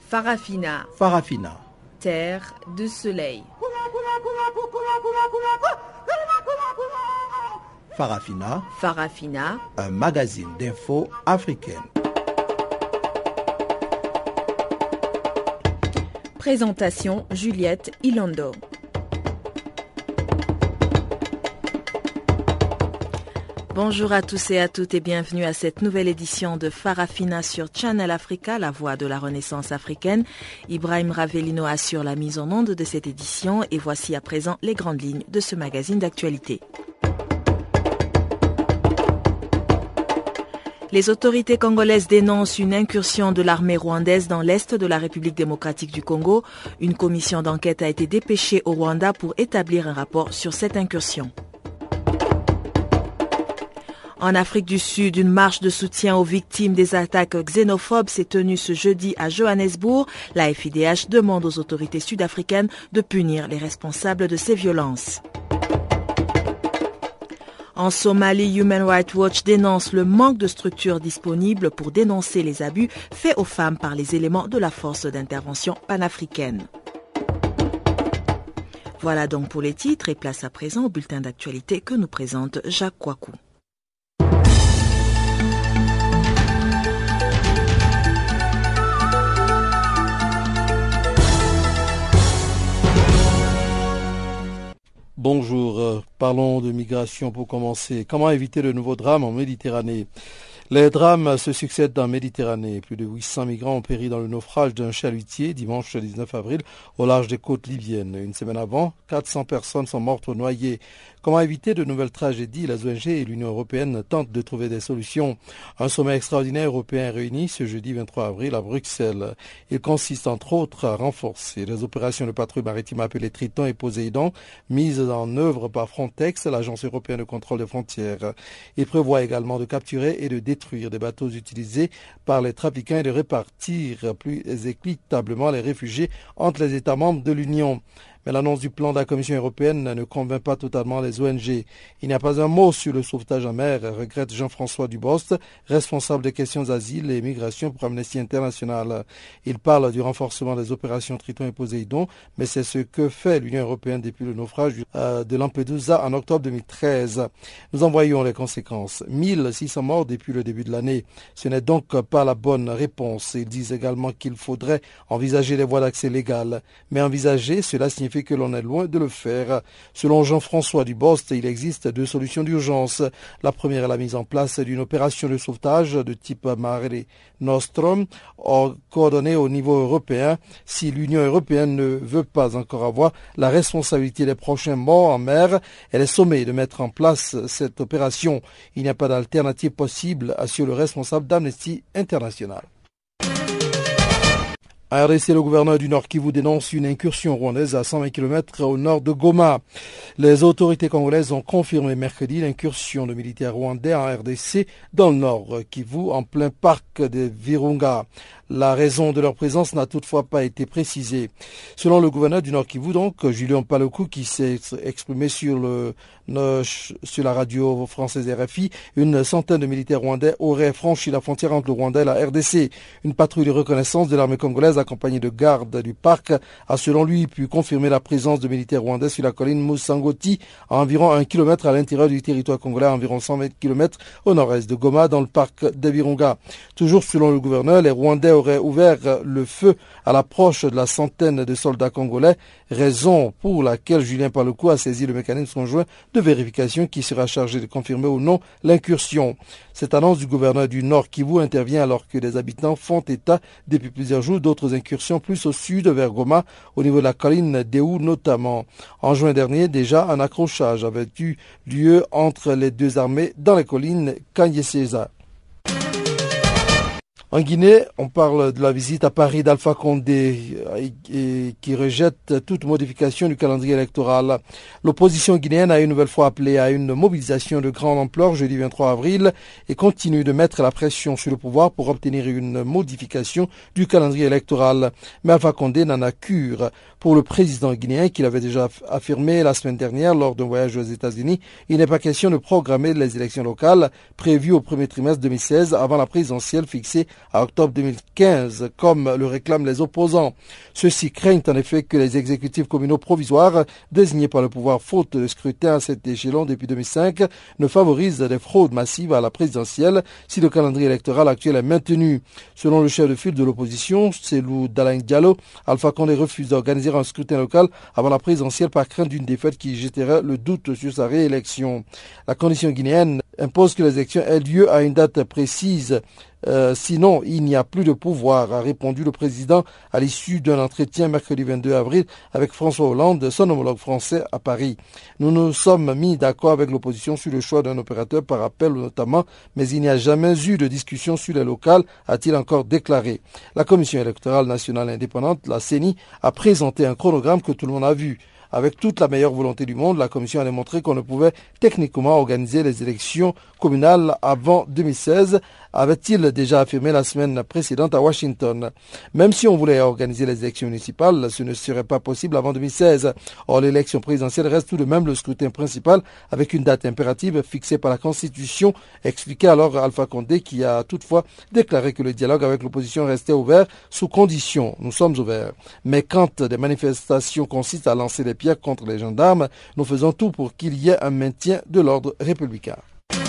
Farafina. Farafina. Terre de soleil. Farafina. Farafina. Un magazine d'infos africaine. Présentation Juliette Ilondo. Bonjour à tous et à toutes et bienvenue à cette nouvelle édition de Farafina sur Channel Africa, la voix de la Renaissance africaine. Ibrahim Ravelino assure la mise en onde de cette édition et voici à présent les grandes lignes de ce magazine d'actualité. Les autorités congolaises dénoncent une incursion de l'armée rwandaise dans l'est de la République démocratique du Congo. Une commission d'enquête a été dépêchée au Rwanda pour établir un rapport sur cette incursion. En Afrique du Sud, une marche de soutien aux victimes des attaques xénophobes s'est tenue ce jeudi à Johannesburg. La FIDH demande aux autorités sud-africaines de punir les responsables de ces violences. En Somalie, Human Rights Watch dénonce le manque de structures disponibles pour dénoncer les abus faits aux femmes par les éléments de la force d'intervention panafricaine. Voilà donc pour les titres et place à présent au bulletin d'actualité que nous présente Jacques Kouakou. Bonjour, parlons de migration pour commencer. Comment éviter de nouveaux drames en Méditerranée ? Les drames se succèdent en Méditerranée. Plus de 800 migrants ont péri dans le naufrage d'un chalutier dimanche 19 avril au large des côtes libyennes. Une semaine avant, 400 personnes sont mortes noyées. Comment éviter de nouvelles tragédies ? Les ONG et l'Union européenne tentent de trouver des solutions. Un sommet extraordinaire européen est réuni ce jeudi 23 avril à Bruxelles. Il consiste entre autres à renforcer les opérations de patrouille maritime appelées Triton et Poséidon, mises en œuvre par Frontex, l'agence européenne de contrôle des frontières. Il prévoit également de capturer et de détruire des bateaux utilisés par les trafiquants et de répartir plus équitablement les réfugiés entre les États membres de l'Union. Mais l'annonce du plan de la Commission européenne ne convainc pas totalement les ONG. Il n'y a pas un mot sur le sauvetage en mer, regrette Jean-François Dubost, responsable des questions asile et migration pour Amnesty International. Il parle du renforcement des opérations Triton et Poséidon, mais c'est ce que fait l'Union européenne depuis le naufrage de Lampedusa en octobre 2013. Nous en voyons les conséquences. 1600 morts depuis le début de l'année. Ce n'est donc pas la bonne réponse. Ils disent également qu'il faudrait envisager les voies d'accès légales. Mais envisager, cela signifie que l'on est loin de le faire. Selon Jean-François Dubost, il existe deux solutions d'urgence. La première est la mise en place d'une opération de sauvetage de type Mare Nostrum, coordonnée au niveau européen. Si l'Union européenne ne veut pas encore avoir la responsabilité des prochains morts en mer, elle est sommée de mettre en place cette opération. Il n'y a pas d'alternative possible, assure le responsable d'Amnesty International. À RDC, le gouverneur du Nord Kivu dénonce une incursion rwandaise à 120 km au nord de Goma. Les autorités congolaises ont confirmé mercredi l'incursion de militaires rwandais en RDC dans le nord Kivu, en plein parc de Virunga. La raison de leur présence n'a toutefois pas été précisée. Selon le gouverneur du Nord Kivu, donc, Julien Paluku, qui s'est exprimé sur la radio française RFI, une centaine de militaires rwandais auraient franchi la frontière entre le Rwanda et la RDC. Une patrouille de reconnaissance de l'armée congolaise accompagnée de gardes du parc a selon lui pu confirmer la présence de militaires rwandais sur la colline Musangoti à environ 1 km à l'intérieur du territoire congolais, à environ 120 km au nord-est de Goma, dans le parc de Virunga. Toujours selon le gouverneur, les Rwandais auraient ouvert le feu à l'approche de la centaine de soldats congolais, raison pour laquelle Julien Paluku a saisi le mécanisme conjoint de vérification qui sera chargé de confirmer ou non l'incursion. Cette annonce du gouverneur du Nord Kivu intervient alors que des habitants font état depuis plusieurs jours d'autres incursions plus au sud vers Goma, au niveau de la colline d'Eou notamment. En juin dernier, déjà, un accrochage avait eu lieu entre les deux armées dans les collines Kanyeseza. En Guinée, on parle de la visite à Paris d'Alpha Condé qui rejette toute modification du calendrier électoral. L'opposition guinéenne a une nouvelle fois appelé à une mobilisation de grande ampleur jeudi 23 avril et continue de mettre la pression sur le pouvoir pour obtenir une modification du calendrier électoral. Mais Alpha Condé n'en a cure. Pour le président guinéen, qu'il avait déjà affirmé la semaine dernière lors d'un voyage aux États-Unis, il n'est pas question de programmer les élections locales prévues au premier trimestre 2016 avant la présidentielle fixée à octobre 2015, comme le réclament les opposants. Ceux-ci craignent en effet que les exécutifs communaux provisoires désignés par le pouvoir faute de scrutin à cet échelon depuis 2005 ne favorisent des fraudes massives à la présidentielle si le calendrier électoral actuel est maintenu. Selon le chef de file de l'opposition, Cellou Dalein Diallo, Alpha Condé refuse d'organiser un scrutin local avant la présidentielle par crainte d'une défaite qui jetterait le doute sur sa réélection. La condition guinéenne impose que les élections aient lieu à une date précise. Sinon, il n'y a plus de pouvoir, a répondu le président à l'issue d'un entretien mercredi 22 avril avec François Hollande, son homologue français à Paris. Nous nous sommes mis d'accord avec l'opposition sur le choix d'un opérateur par appel notamment, mais il n'y a jamais eu de discussion sur les locales, a-t-il encore déclaré. La Commission électorale nationale indépendante, la CENI, a présenté un chronogramme que tout le monde a vu. Avec toute la meilleure volonté du monde, la Commission a démontré qu'on ne pouvait techniquement organiser les élections communales avant 2016, avait-il déjà affirmé la semaine précédente à Washington. Même si on voulait organiser les élections municipales, ce ne serait pas possible avant 2016. Or, l'élection présidentielle reste tout de même le scrutin principal avec une date impérative fixée par la Constitution, expliquait alors Alpha Condé, qui a toutefois déclaré que le dialogue avec l'opposition restait ouvert sous condition. Nous sommes ouverts. Mais quand des manifestations consistent à lancer des pierres contre les gendarmes, nous faisons tout pour qu'il y ait un maintien de l'ordre républicain.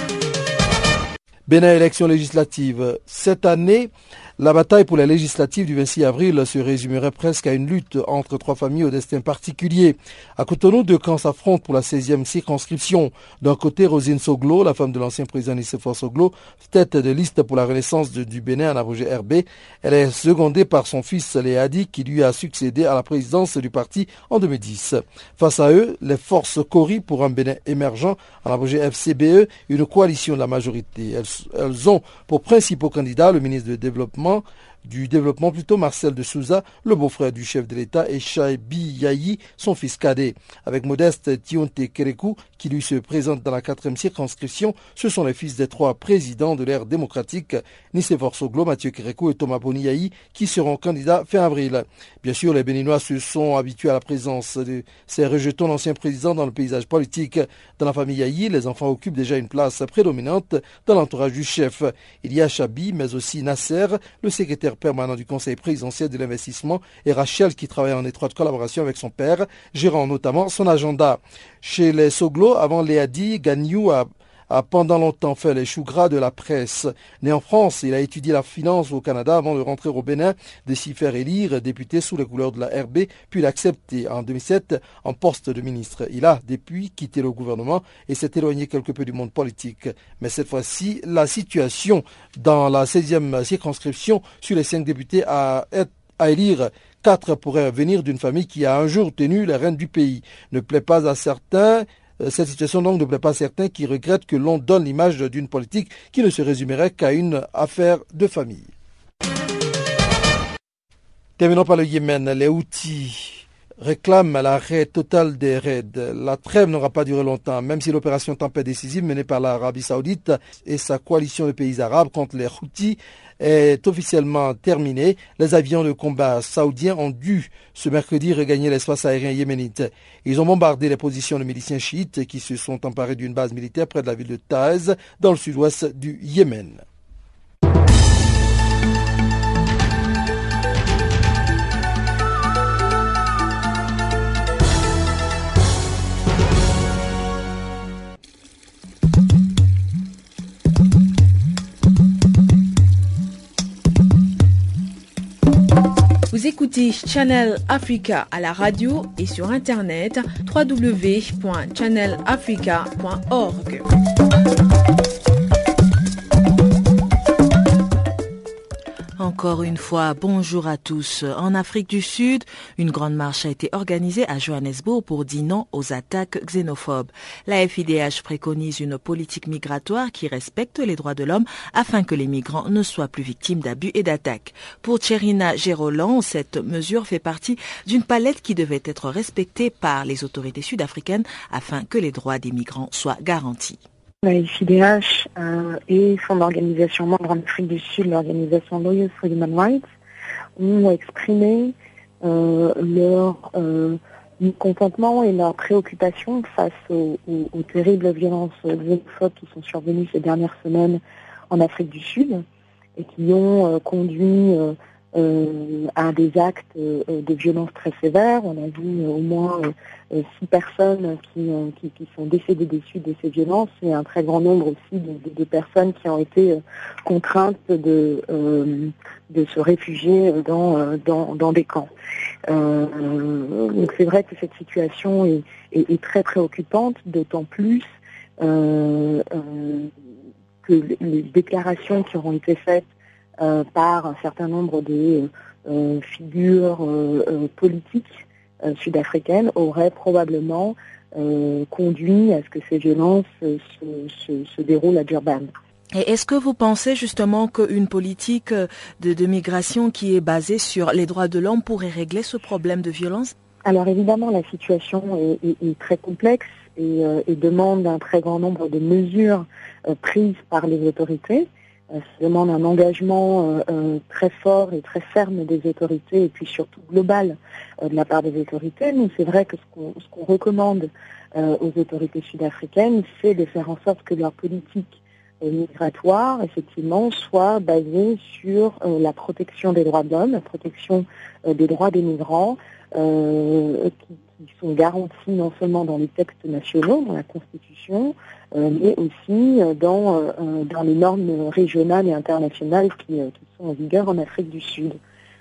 Bénin, élections législatives. Cette année, la bataille pour les législatives du 26 avril se résumerait presque à une lutte entre trois familles au destin particulier. À Cotonou, deux camps s'affrontent pour la 16e circonscription. D'un côté, Rosine Soglo, la femme de l'ancien président Nicéphore Soglo, tête de liste pour la renaissance du Bénin en abrégé RB. Elle est secondée par son fils Léadi, qui lui a succédé à la présidence du parti en 2010. Face à eux, les forces Cori pour un Bénin émergent en abrégé FCBE, une coalition de la majorité. Elles ont pour principaux candidats le ministre du Développement Marcel de Souza, le beau-frère du chef de l'État, et Chaibi Yayi, son fils cadet. Avec Modeste Tionte Kerekou, qui lui se présente dans la 4e circonscription, ce sont les fils des trois présidents de l'ère démocratique, Nicéphore Soglo, Mathieu Kerekou et Thomas Boni Yayi, qui seront candidats fin avril. Bien sûr, les Béninois se sont habitués à la présence de ces rejetons d'anciens présidents dans le paysage politique. Dans la famille Yayi, les enfants occupent déjà une place prédominante dans l'entourage du chef. Il y a Chabi, mais aussi Nasser, le secrétaire permanent du Conseil présidentiel de l'investissement, et Rachel, qui travaille en étroite collaboration avec son père, gérant notamment son agenda. Chez les Soglo, avant Léadi, Gagnou a pendant longtemps fait les choux gras de la presse. Né en France, il a étudié la finance au Canada avant de rentrer au Bénin, de s'y faire élire député sous les couleurs de la RB, puis l'accepter en 2007 en poste de ministre. Il a depuis quitté le gouvernement et s'est éloigné quelque peu du monde politique. Mais cette fois-ci, la situation dans la 16e circonscription sur les 5 députés à élire, 4 pourraient venir d'une famille qui a un jour tenu les rênes du pays. Ne plaît pas à certains. Cette situation donc ne plaît pas à certains qui regrettent que l'on donne l'image d'une politique qui ne se résumerait qu'à une affaire de famille. Terminons par le Yémen. Les Houthis réclament l'arrêt total des raids. La trêve n'aura pas duré longtemps, même si l'opération Tempête décisive menée par l'Arabie Saoudite et sa coalition de pays arabes contre les Houthis est officiellement terminée. Les avions de combat saoudiens ont dû ce mercredi regagner l'espace aérien yéménite. Ils ont bombardé les positions de miliciens chiites qui se sont emparés d'une base militaire près de la ville de Taïz, dans le sud-ouest du Yémen. Vous écoutez Channel Africa à la radio et sur internet www.channelafrica.org. Encore une fois, bonjour à tous. En Afrique du Sud, une grande marche a été organisée à Johannesburg pour dire non aux attaques xénophobes. La FIDH préconise une politique migratoire qui respecte les droits de l'homme afin que les migrants ne soient plus victimes d'abus et d'attaques. Pour Tcherina Gérolan, cette mesure fait partie d'une palette qui devait être respectée par les autorités sud-africaines afin que les droits des migrants soient garantis. La FIDH et son organisation membre en Afrique du Sud, l'organisation Lawyers for Human Rights, ont exprimé leur mécontentement et leur préoccupation face aux terribles violences xénophobes qui sont survenues ces dernières semaines en Afrique du Sud. et qui ont conduit à des actes de violence très sévères. On a vu au moins 6 personnes qui sont décédées des suites de ces violences et un très grand nombre aussi de personnes qui ont été contraintes de se réfugier dans des camps. Donc c'est vrai que cette situation est très préoccupante, d'autant plus que les déclarations qui auront été faites par un certain nombre de figures politiques sud-africaines auraient probablement conduit à ce que ces violences se déroulent à Durban. Et est-ce que vous pensez justement qu'une politique de migration qui est basée sur les droits de l'homme pourrait régler ce problème de violence? Alors évidemment, la situation est très complexe et demande un très grand nombre de mesures prises par les autorités. Ça demande un engagement très fort et très ferme des autorités et puis surtout global de la part des autorités. Nous, c'est vrai que ce qu'on recommande aux autorités sud-africaines, c'est de faire en sorte que leur politique migratoire, effectivement, soit basée sur la protection des droits de l'homme, la protection des droits des migrants, qui sont garantis non seulement dans les textes nationaux, dans la Constitution, mais aussi dans les normes régionales et internationales qui sont en vigueur en Afrique du Sud.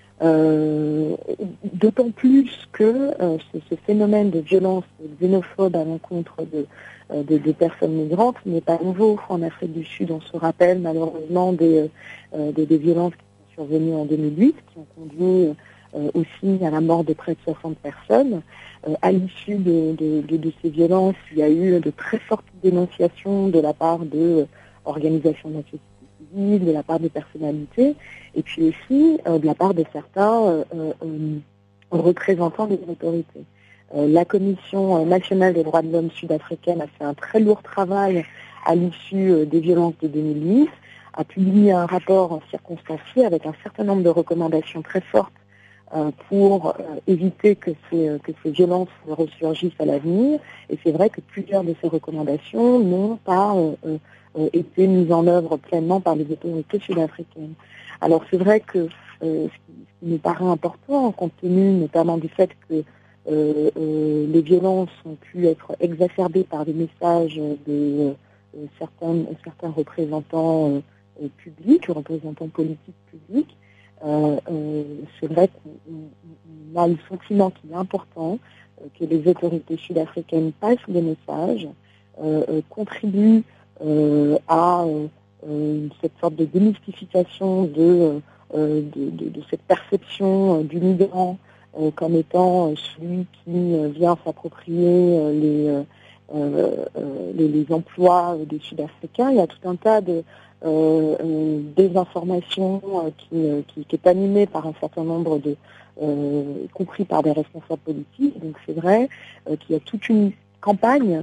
D'autant plus que ce phénomène de violence xénophobe à l'encontre de personnes migrantes n'est pas nouveau en Afrique du Sud. On se rappelle malheureusement des violences qui sont survenues en 2008, qui ont conduit aussi à la mort de près de 60 personnes. À l'issue de ces violences, il y a eu de très fortes dénonciations de la part d'organisations de la société civile, de la part des personnalités, et puis aussi de la part de certains représentants des autorités. La Commission nationale des droits de l'homme sud-africaine a fait un très lourd travail à l'issue des violences de 2008, a publié un rapport circonstancié avec un certain nombre de recommandations très fortes pour éviter que ces violences ressurgissent à l'avenir. Et c'est vrai que plusieurs de ces recommandations n'ont pas été mises en œuvre pleinement par les autorités sud-africaines. Alors c'est vrai que ce qui nous paraît important, compte tenu notamment du fait que les violences ont pu être exacerbées par des messages de certains représentants publics, représentants politiques publics, c'est vrai qu'on a le sentiment qu'il est important que les autorités sud-africaines passent des messages, contribuent à cette sorte de démystification de cette perception du migrant comme étant celui qui vient s'approprier les emplois des Sud-Africains. Il y a tout un tas de désinformation qui est animée par un certain nombre y compris par des responsables politiques. Donc c'est vrai qu'il y a toute une campagne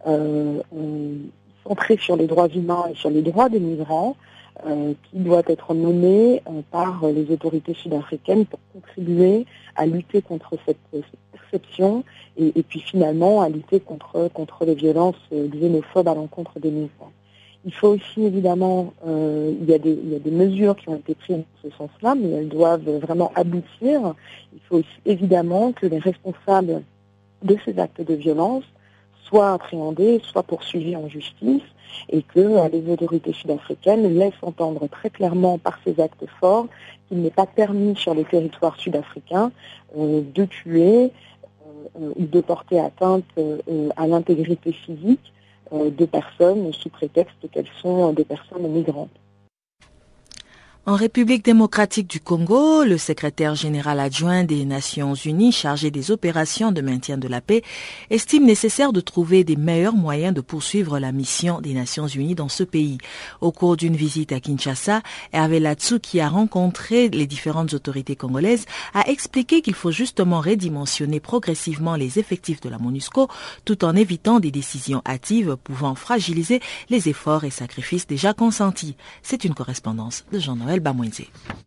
centrée sur les droits humains et sur les droits des migrants qui doit être menée par les autorités sud-africaines pour contribuer à lutter contre cette perception et puis finalement à lutter contre les violences xénophobes à l'encontre des migrants. Il faut aussi évidemment, il y a des mesures qui ont été prises dans ce sens-là, mais elles doivent vraiment aboutir. Il faut aussi évidemment que les responsables de ces actes de violence soient appréhendés, soient poursuivis en justice, et que les autorités sud-africaines laissent entendre très clairement par ces actes forts qu'il n'est pas permis sur le territoire sud-africain de tuer ou de porter atteinte à l'intégrité physique de personnes sous prétexte qu'elles sont des personnes migrantes. En République démocratique du Congo, le secrétaire général adjoint des Nations Unies chargé des opérations de maintien de la paix estime nécessaire de trouver des meilleurs moyens de poursuivre la mission des Nations Unies dans ce pays. Au cours d'une visite à Kinshasa, Hervé Latsou, qui a rencontré les différentes autorités congolaises, a expliqué qu'il faut justement redimensionner progressivement les effectifs de la MONUSCO tout en évitant des décisions hâtives pouvant fragiliser les efforts et sacrifices déjà consentis. C'est une correspondance de Jean-Noël Bamouenze.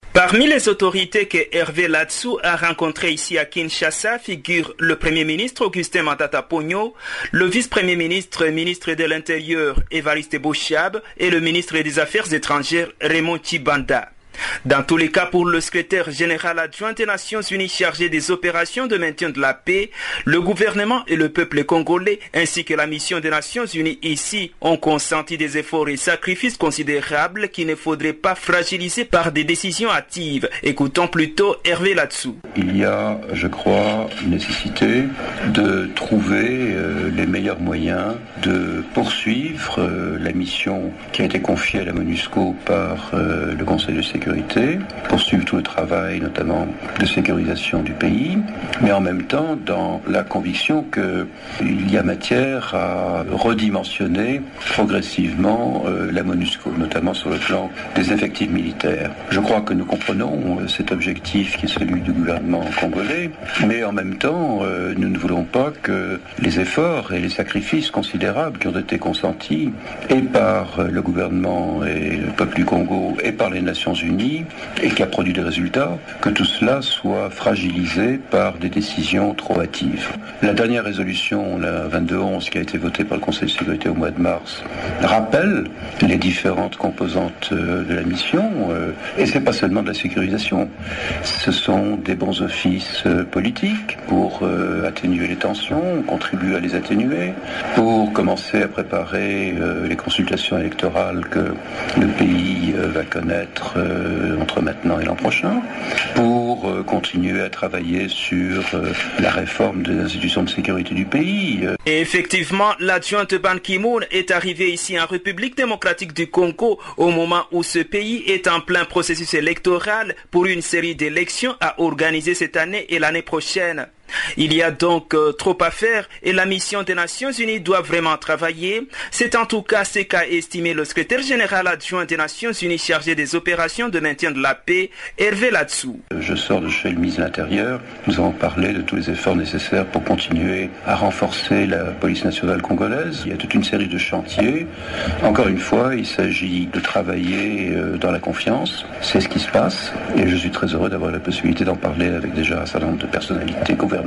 Parmi les autorités que Hervé Ladsou a rencontrées ici à Kinshasa figurent le Premier ministre Augustin Matata Ponyo, le vice-premier ministre et ministre de l'Intérieur Évariste Bochab et le ministre des Affaires étrangères Raymond Tchibanda. Dans tous les cas, pour le secrétaire général adjoint des Nations Unies chargé des opérations de maintien de la paix, le gouvernement et le peuple congolais ainsi que la mission des Nations Unies ici ont consenti des efforts et sacrifices considérables qu'il ne faudrait pas fragiliser par des décisions hâtives. Écoutons plutôt Hervé Ladsou. Il y a, je crois, nécessité de trouver les meilleurs moyens de poursuivre la mission qui a été confiée à la MONUSCO par le Conseil de sécurité, poursuivre tout le travail notamment de sécurisation du pays, mais en même temps dans la conviction qu'il y a matière à redimensionner progressivement la MONUSCO, notamment sur le plan des effectifs militaires. Je crois que nous comprenons cet objectif qui est celui du gouvernement congolais, mais en même temps nous ne voulons pas que les efforts et les sacrifices considérables qui ont été consentis et par le gouvernement et le peuple du Congo et par les Nations Unies et qui a produit des résultats, que tout cela soit fragilisé par des décisions trop hâtives. La dernière résolution, la 2211, qui a été votée par le Conseil de sécurité au mois de mars, rappelle les différentes composantes de la mission, et c'est pas seulement de la sécurisation. Ce sont des bons offices politiques pour atténuer les tensions, contribuer à les atténuer, pour commencer à préparer les consultations électorales que le pays va connaître entre maintenant et l'an prochain, pour continuer à travailler sur la réforme des institutions de sécurité du pays. Et effectivement, l'adjointe Ban Ki-moon est arrivée ici en République démocratique du Congo au moment où ce pays est en plein processus électoral pour une série d'élections à organiser cette année et l'année prochaine. Il y a donc trop à faire et la mission des Nations Unies doit vraiment travailler. C'est en tout cas ce qu'a estimé le secrétaire général adjoint des Nations Unies chargé des opérations de maintien de la paix, Hervé Ladsou. Je sors de chez le ministre de l'Intérieur. Nous avons parlé de tous les efforts nécessaires pour continuer à renforcer la police nationale congolaise. Il y a toute une série de chantiers. Encore une fois, il s'agit de travailler dans la confiance. C'est ce qui se passe et je suis très heureux d'avoir la possibilité d'en parler avec déjà un certain nombre de personnalités gouvernementales.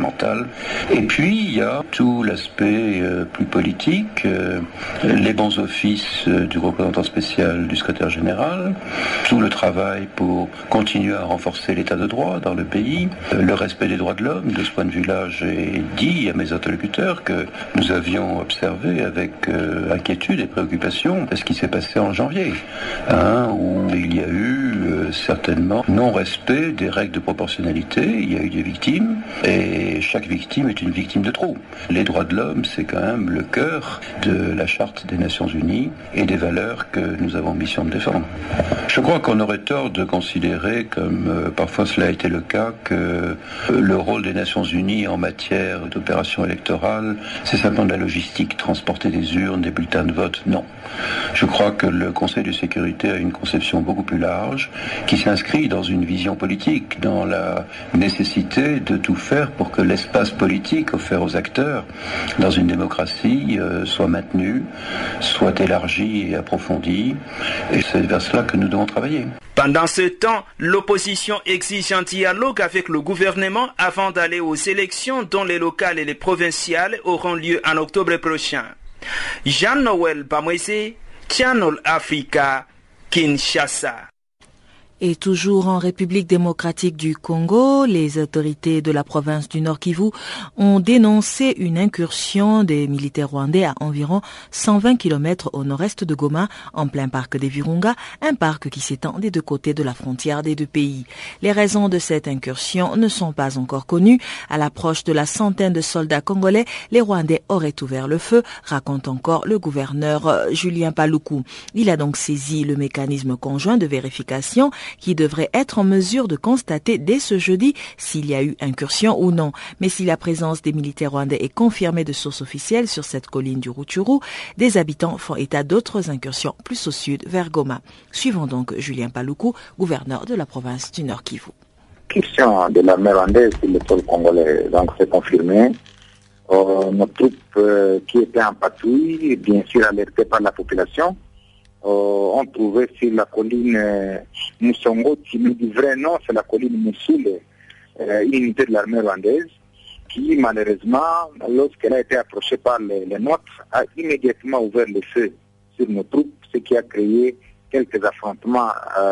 Et puis, il y a tout l'aspect plus politique, les bons offices du représentant spécial du secrétaire général, tout le travail pour continuer à renforcer l'état de droit dans le pays, le respect des droits de l'homme. De ce point de vue-là, j'ai dit à mes interlocuteurs que nous avions observé avec inquiétude et préoccupation ce qui s'est passé en janvier, où il y a eu certainement non-respect des règles de proportionnalité, il y a eu des victimes, et chaque victime est une victime de trop. Les droits de l'homme, c'est quand même le cœur de la Charte des Nations Unies et des valeurs que nous avons mission de défendre. Je crois qu'on aurait tort de considérer, comme parfois cela a été le cas, que le rôle des Nations Unies en matière d'opération électorale, c'est simplement de la logistique, transporter des urnes, des bulletins de vote. Non. Je crois que le Conseil de sécurité a une conception beaucoup plus large, qui s'inscrit dans une vision politique, dans la nécessité de tout faire pour que l'espace politique offert aux acteurs dans une démocratie soit maintenu, soit élargi et approfondi. Et c'est vers cela que nous devons travailler. Pendant ce temps, l'opposition exige un dialogue avec le gouvernement avant d'aller aux élections dont les locales et les provinciales auront lieu en octobre prochain. Jean-Noël Bamwese, Channel Africa, Kinshasa. Et toujours en République démocratique du Congo, les autorités de la province du Nord Kivu ont dénoncé une incursion des militaires rwandais à environ 120 km au nord-est de Goma, en plein parc des Virunga, un parc qui s'étend des deux côtés de la frontière des deux pays. Les raisons de cette incursion ne sont pas encore connues. À l'approche de la centaine de soldats congolais, les Rwandais auraient ouvert le feu, raconte encore le gouverneur Julien Paluku. Il a donc saisi le mécanisme conjoint de vérification qui devrait être en mesure de constater dès ce jeudi s'il y a eu incursion ou non. Mais si la présence des militaires rwandais est confirmée de sources officielles sur cette colline du Rutshuru, des habitants font état d'autres incursions plus au sud vers Goma. Suivons donc Julien Paluku, gouverneur de la province du Nord Kivu. Question de l'armée rwandaise sur le sol congolais, donc c'est confirmé. Nos troupes qui étaient en patrouille, bien sûr alertées par la population, ont trouvé sur la colline Moussongo, du vrai nom, c'est la colline Moussoul, une unité de l'armée rwandaise, qui malheureusement, lorsqu'elle a été approchée par les nôtres, a immédiatement ouvert le feu sur nos troupes, ce qui a créé quelques affrontements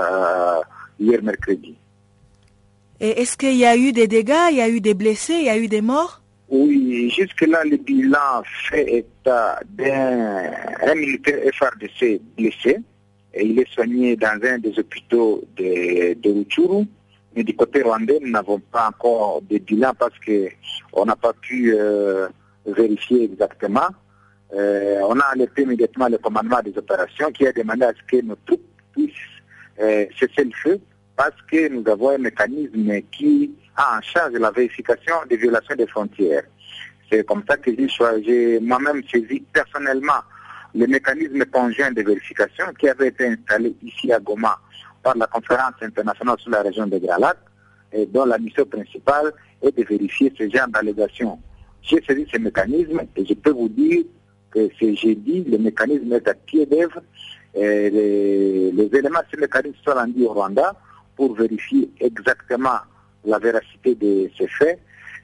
hier mercredi. Et est-ce qu'il y a eu des dégâts, il y a eu des blessés, il y a eu des morts? Oui, jusque-là, le bilan fait état d'un militaire FARDC blessé. Et il est soigné dans un des hôpitaux de Rutshuru. Mais du côté rwandais, nous n'avons pas encore de bilan parce qu'on n'a pas pu vérifier exactement. On a alerté immédiatement le commandement des opérations qui a demandé à ce que nos troupes puissent cesser le feu parce que nous avons un mécanisme qui a en charge la vérification des violations des frontières. C'est comme ça que j'ai moi-même saisi personnellement le mécanisme conjoint de vérification qui avait été installé ici à Goma par la conférence internationale sur la région de Grand Lac, et dont la mission principale est de vérifier ce genre d'allégations. J'ai saisi ce mécanisme et je peux vous dire que ce jeudi, le mécanisme est à pied d'œuvre. Les éléments de ce mécanisme sont rendus au Rwanda pour vérifier exactement la véracité de ces faits.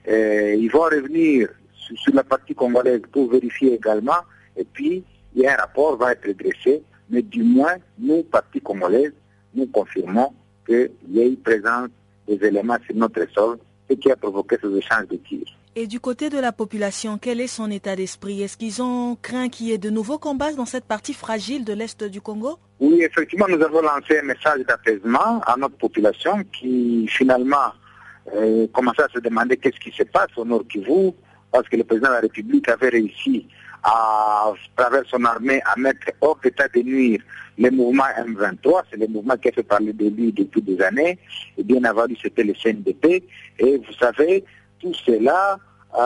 Ils vont revenir sur la partie congolaise pour vérifier également. Et puis, il y a un rapport va être dressé. Mais du moins, nous, partie congolaise, nous confirmons qu'il y a eu présence des éléments sur notre sol et qui a provoqué ces échanges de tirs. Et du côté de la population, quel est son état d'esprit? Est-ce qu'ils ont craint qu'il y ait de nouveaux combats dans cette partie fragile de l'Est du Congo? Oui, effectivement, nous avons lancé un message d'apaisement à notre population qui, finalement, commençait à se demander qu'est-ce qui se passe au Nord Kivu, parce que le président de la République avait réussi à travers son armée à mettre hors d'état de nuire les mouvements M23, c'est le mouvement qui a fait parler de lui depuis des années, et bien avant lui c'était le CNDP, et vous savez, tout cela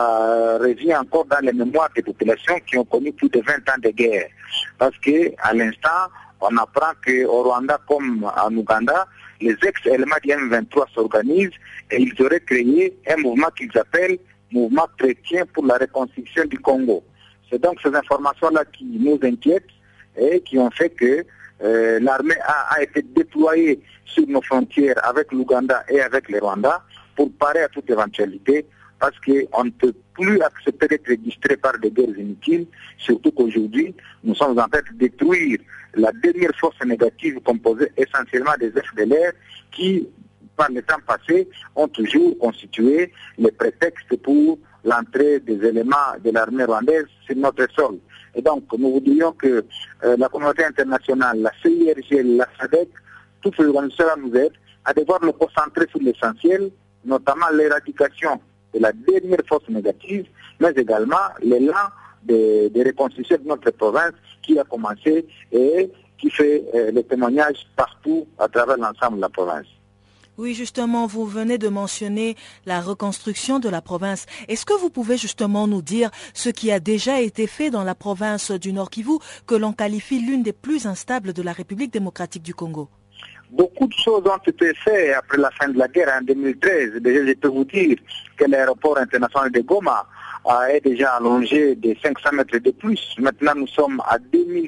revient encore dans les mémoires des populations qui ont connu plus de 20 ans de guerre, parce qu'à l'instant, on apprend qu'au Rwanda comme en Ouganda, les ex-éléments du M23 s'organisent et ils auraient créé un mouvement qu'ils appellent Mouvement chrétien pour la reconstruction du Congo. C'est donc ces informations-là qui nous inquiètent et qui ont fait que l'armée a été déployée sur nos frontières avec l'Ouganda et avec le Rwanda pour parer à toute éventualité parce qu'on ne peut plus accepter d'être distrait par des guerres inutiles, surtout qu'aujourd'hui, nous sommes en train de détruire la dernière force négative composée essentiellement des FDLR qui, par le temps passé, ont toujours constitué les prétextes pour l'entrée des éléments de l'armée rwandaise sur notre sol. Et donc, nous voudrions que la communauté internationale, la CIRG, la SADC, toutes ces organisations nous aident à devoir nous concentrer sur l'essentiel, notamment l'éradication de la dernière force négative, mais également l'élan de reconstruction de notre province qui a commencé et qui fait le témoignage partout à travers l'ensemble de la province. Oui, justement, vous venez de mentionner la reconstruction de la province. Est-ce que vous pouvez justement nous dire ce qui a déjà été fait dans la province du Nord Kivu, que l'on qualifie l'une des plus instables de la République démocratique du Congo? Beaucoup de choses ont été faites après la fin de la guerre en 2013. Déjà, je peux vous dire que l'aéroport international de Goma est déjà allongé de 500 mètres de plus. Maintenant, nous sommes à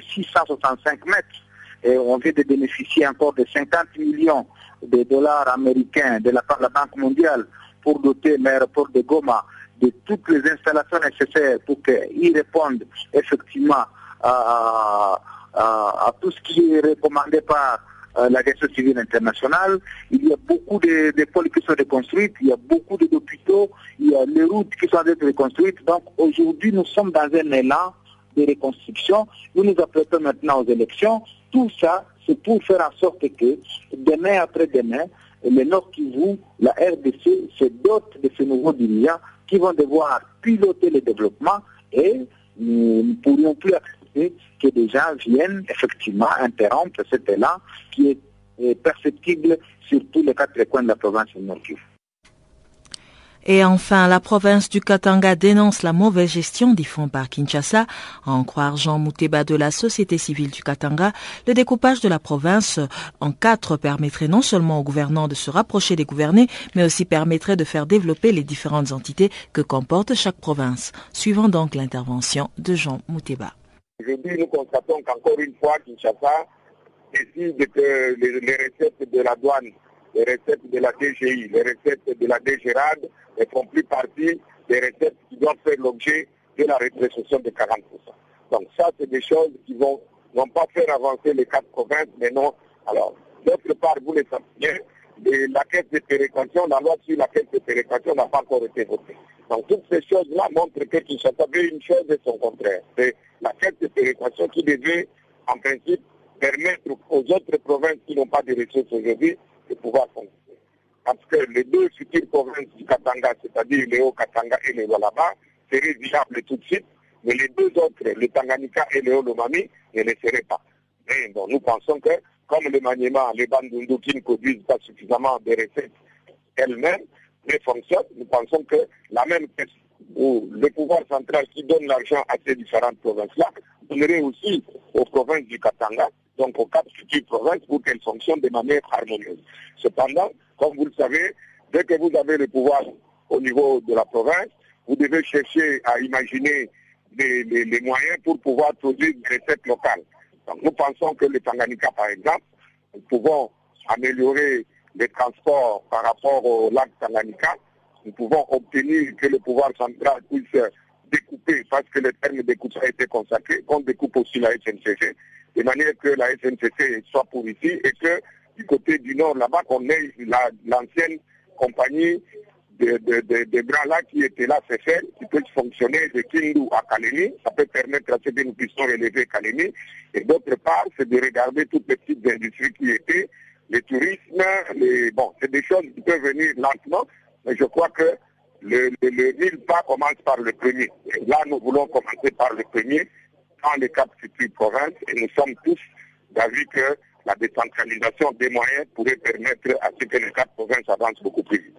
2665 mètres et on vient de bénéficier encore de 50 millions de dollars américains de la part de la Banque mondiale pour doter l'aéroport de Goma de toutes les installations nécessaires pour qu'il réponde effectivement à tout ce qui est recommandé par l'agression civile internationale. Il y a beaucoup de pôles qui sont reconstruites, il y a beaucoup d'hôpitaux, il y a les routes qui sont reconstruites. Donc aujourd'hui, nous sommes dans un élan de reconstruction. Nous nous apprêtons maintenant aux élections. Tout ça, c'est pour faire en sorte que demain après demain, le Nord Kivu, la RDC, se dote de ces nouveaux dirigeants qui vont devoir piloter le développement et nous ne pourrions plus accepter que des gens viennent effectivement interrompre cet élan qui est perceptible sur tous les quatre coins de la province du Nord Kivu. Et enfin, la province du Katanga dénonce la mauvaise gestion des fonds par Kinshasa. À en croire Jean Mouteba de la société civile du Katanga, le découpage de la province en 4 permettrait non seulement aux gouvernants de se rapprocher des gouvernés, mais aussi permettrait de faire développer les différentes entités que comporte chaque province. Suivant donc l'intervention de Jean Mouteba. Aujourd'hui, nous constatons qu'encore une fois, Kinshasa décide que les recettes de la douane, les recettes de la DGI, les recettes de la DGRAD ne font plus partie des recettes qui doivent faire l'objet de la rétrocession de 40%. Donc ça, c'est des choses qui vont non pas faire avancer les 4 provinces, mais non. Alors, d'autre part, vous le savez bien, la caisse de péréquation, la loi sur la caisse de péréquation n'a pas encore été votée. Donc toutes ces choses-là montrent que Kinshasa veut une chose et son contraire. C'est la caisse de péréquation qui devait, en principe, permettre aux autres provinces qui n'ont pas de ressources aujourd'hui de pouvoir fonctionner. Parce que les 2 futures provinces du Katanga, c'est-à-dire le Haut-Katanga et le Lualaba, seraient viables tout de suite, mais les 2 autres, le Tanganyika et le Haut-Lomami, ne le seraient pas. Mais bon, nous pensons que, comme le Maniema, les Bandundu qui ne produisent pas suffisamment de recettes elles-mêmes, ne fonctionnent, nous pensons que la même caisse où le pouvoir central qui donne l'argent à ces différentes provinces-là donnerait aussi aux provinces du Katanga, donc aux 4 futures provinces, pour qu'elles fonctionnent de manière harmonieuse. Cependant, comme vous le savez, dès que vous avez le pouvoir au niveau de la province, vous devez chercher à imaginer les moyens pour pouvoir produire des recettes locales. Donc nous pensons que le Tanganyika, par exemple, nous pouvons améliorer les transports par rapport au lac Tanganyika. Nous pouvons obtenir que le pouvoir central puisse découper, parce que le terme découpe a été consacré, qu'on découpe aussi la SNCC, de manière que la SNCC soit pour ici et que du côté du nord là-bas, qu'on ait l'ancienne compagnie de bras là qui était là, CFL, qui peut fonctionner de Kindu à Kalemi. Ça peut permettre à ce que nous puissions relever Kalemi. Et d'autre part, c'est de regarder toutes les petites industries qui étaient, le tourisme, c'est des choses qui peuvent venir lentement, mais je crois que le 1000 pas commence par le premier. Et là, nous voulons commencer par le premier dans les 4 futures provinces et nous sommes tous d'avis que la décentralisation des moyens pourrait permettre à ce que les 4 provinces avancent beaucoup plus vite.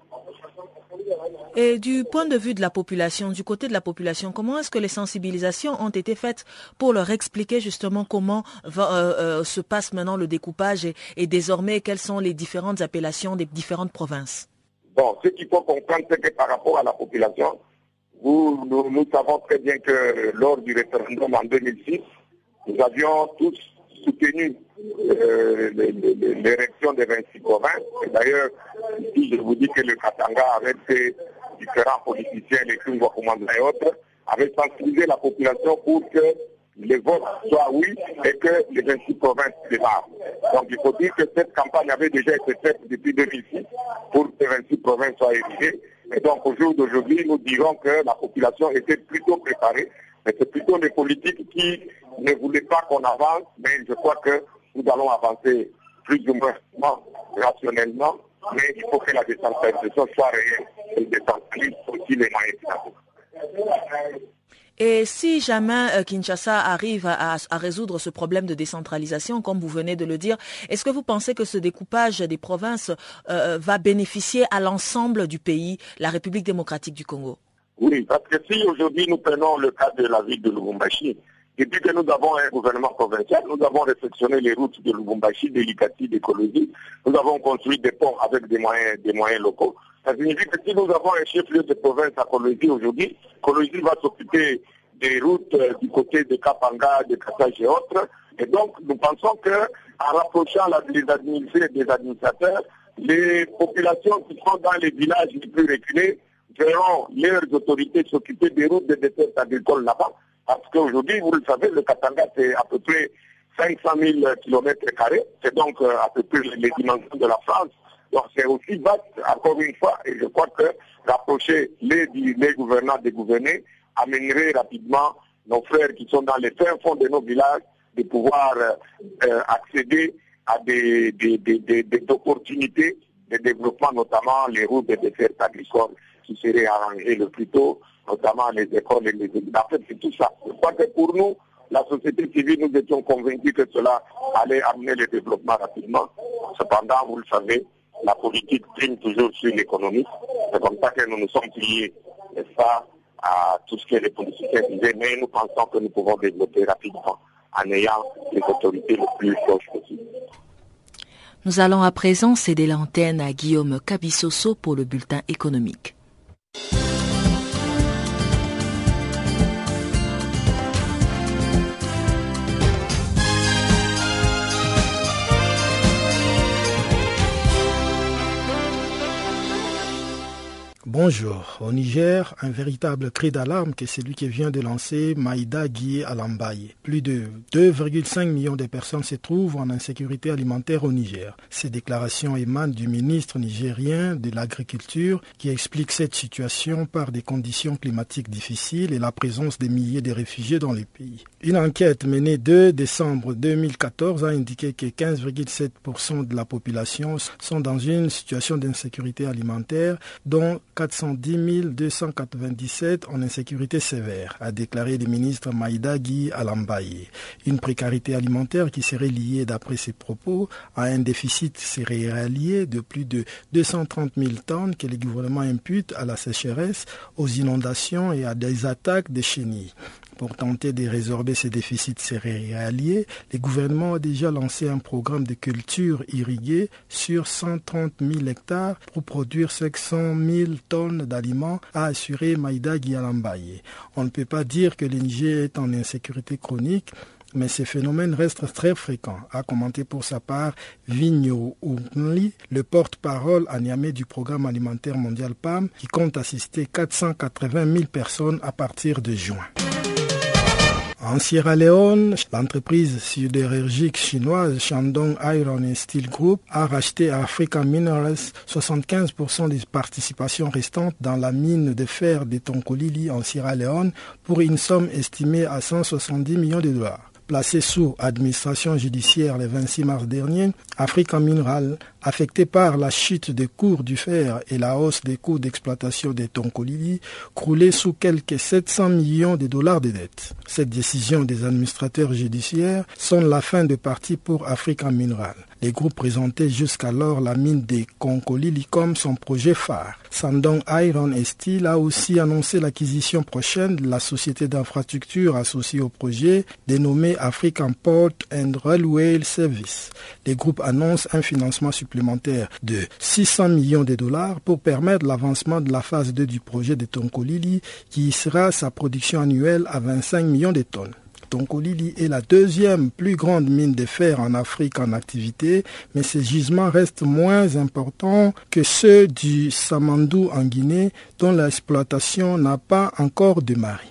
Et du point de vue de la population, du côté de la population, comment est-ce que les sensibilisations ont été faites pour leur expliquer justement comment se passe maintenant le découpage et désormais quelles sont les différentes appellations des différentes provinces? Bon, ce qu'il faut comprendre, c'est que par rapport à la population, nous savons très bien que lors du référendum en 2006, nous avions tous soutenu l'érection des 26 provinces. Et d'ailleurs, ici, je vous dis que le Katanga, avec ses différents politiciens, les Kungwa et autres, avait sensibilisé la population pour que les votes soient oui et que les 26 provinces démarrent. Donc il faut dire que cette campagne avait déjà été faite depuis 2006 pour que les 26 provinces soient érigées. Et donc au jour d'aujourd'hui, nous dirons que la population était plutôt préparée. Mais c'est plutôt les politiques qui ne voulaient pas qu'on avance, mais je crois que nous allons avancer plus ou moins rationnellement, mais il faut que la décentralisation soit réelle et décentralise aussi les moyens financiers. Et si jamais Kinshasa arrive à résoudre ce problème de décentralisation, comme vous venez de le dire, est-ce que vous pensez que ce découpage des provinces va bénéficier à l'ensemble du pays, la République démocratique du Congo? Oui, parce que si aujourd'hui nous prenons le cas de la ville de Lubumbashi, depuis que nous avons un gouvernement provincial, nous avons réfectionné les routes de Lubumbashi, de Likati, de Kolosi, nous avons construit des ponts avec des moyens locaux. Ça signifie que si nous avons un chef-lieu de province à Kolosi aujourd'hui, Kolosi va s'occuper des routes du côté de Kapanga, de Kassage et autres. Et donc nous pensons qu'en rapprochant les administrés des administrateurs, les populations qui sont dans les villages les plus reculés verront leurs autorités s'occuper des routes de déserts agricoles là-bas, parce qu'aujourd'hui, vous le savez, le Katanga, c'est à peu près 500 000 km², c'est donc à peu près les dimensions de la France, donc c'est aussi vaste, encore une fois, et je crois que rapprocher les gouvernants des gouvernés amènerait rapidement nos frères qui sont dans les fins fonds de nos villages de pouvoir accéder à des opportunités de développement, notamment les routes de déserts agricoles qui seraient arrangées le plus tôt, notamment les écoles et les églises. En fait, c'est tout ça. Je crois que pour nous, la société civile, nous étions convaincus que cela allait amener le développement rapidement. Cependant, vous le savez, la politique prime toujours sur l'économie. C'est comme ça que nous nous sommes pliés, n'est-ce pas, à tout ce que les politiciens disaient, mais nous pensons que nous pouvons développer rapidement en ayant les autorités les plus proches possibles. Nous allons à présent céder l'antenne à Guillaume Kabissoso pour le bulletin économique. Bonjour. Au Niger, un véritable cri d'alarme que celui qui vient de lancer Maïda Guy Alambaye. Plus de 2,5 millions de personnes se trouvent en insécurité alimentaire au Niger. Ces déclarations émanent du ministre nigérien de l'Agriculture qui explique cette situation par des conditions climatiques difficiles et la présence de milliers de réfugiés dans le pays. Une enquête menée 2 décembre 2014 a indiqué que 15,7% de la population sont dans une situation d'insécurité alimentaire, dont 410 297 en insécurité sévère, a déclaré le ministre Maïda Guy Alambaye. Une précarité alimentaire qui serait liée, d'après ses propos, à un déficit céréalier de plus de 230 000 tonnes que le gouvernement impute à la sécheresse, aux inondations et à des attaques de chenilles. Pour tenter de résorber ces déficits céréaliers, le gouvernement a déjà lancé un programme de culture irriguée sur 130 000 hectares pour produire 500 000 tonnes d'aliments, a assuré Maïda Guy Alambaye. On ne peut pas dire que le Niger est en insécurité chronique, mais ces phénomènes restent très fréquents, a commenté pour sa part Vigno Ounli, le porte-parole à Niamey du Programme alimentaire mondial PAM, qui compte assister 480 000 personnes à partir de juin. En Sierra Leone, l'entreprise sidérurgique chinoise Shandong Iron and Steel Group a racheté à Africa Minerals 75% des participations restantes dans la mine de fer de Tonkolili en Sierra Leone pour une somme estimée à 170 millions de dollars. Placé sous administration judiciaire le 26 mars dernier, Africa Mineral, affecté par la chute des cours du fer et la hausse des coûts d'exploitation des Tonkolili, croulait sous quelques 700 millions de dollars de dettes. Cette décision des administrateurs judiciaires sonne la fin de partie pour Africa Mineral. Les groupes présentaient jusqu'alors la mine des Konkolili comme son projet phare. Shandong Iron and Steel a aussi annoncé l'acquisition prochaine de la société d'infrastructure associée au projet, dénommée African Port and Railway Service. Les groupes annoncent un financement supplémentaire de 600 millions de dollars pour permettre l'avancement de la phase 2 du projet de Tonkolili, qui sera sa production annuelle à 25 millions de tonnes. Tonkolili est la deuxième plus grande mine de fer en Afrique en activité, mais ces gisements restent moins importants que ceux du Samandou en Guinée, dont l'exploitation n'a pas encore démarré.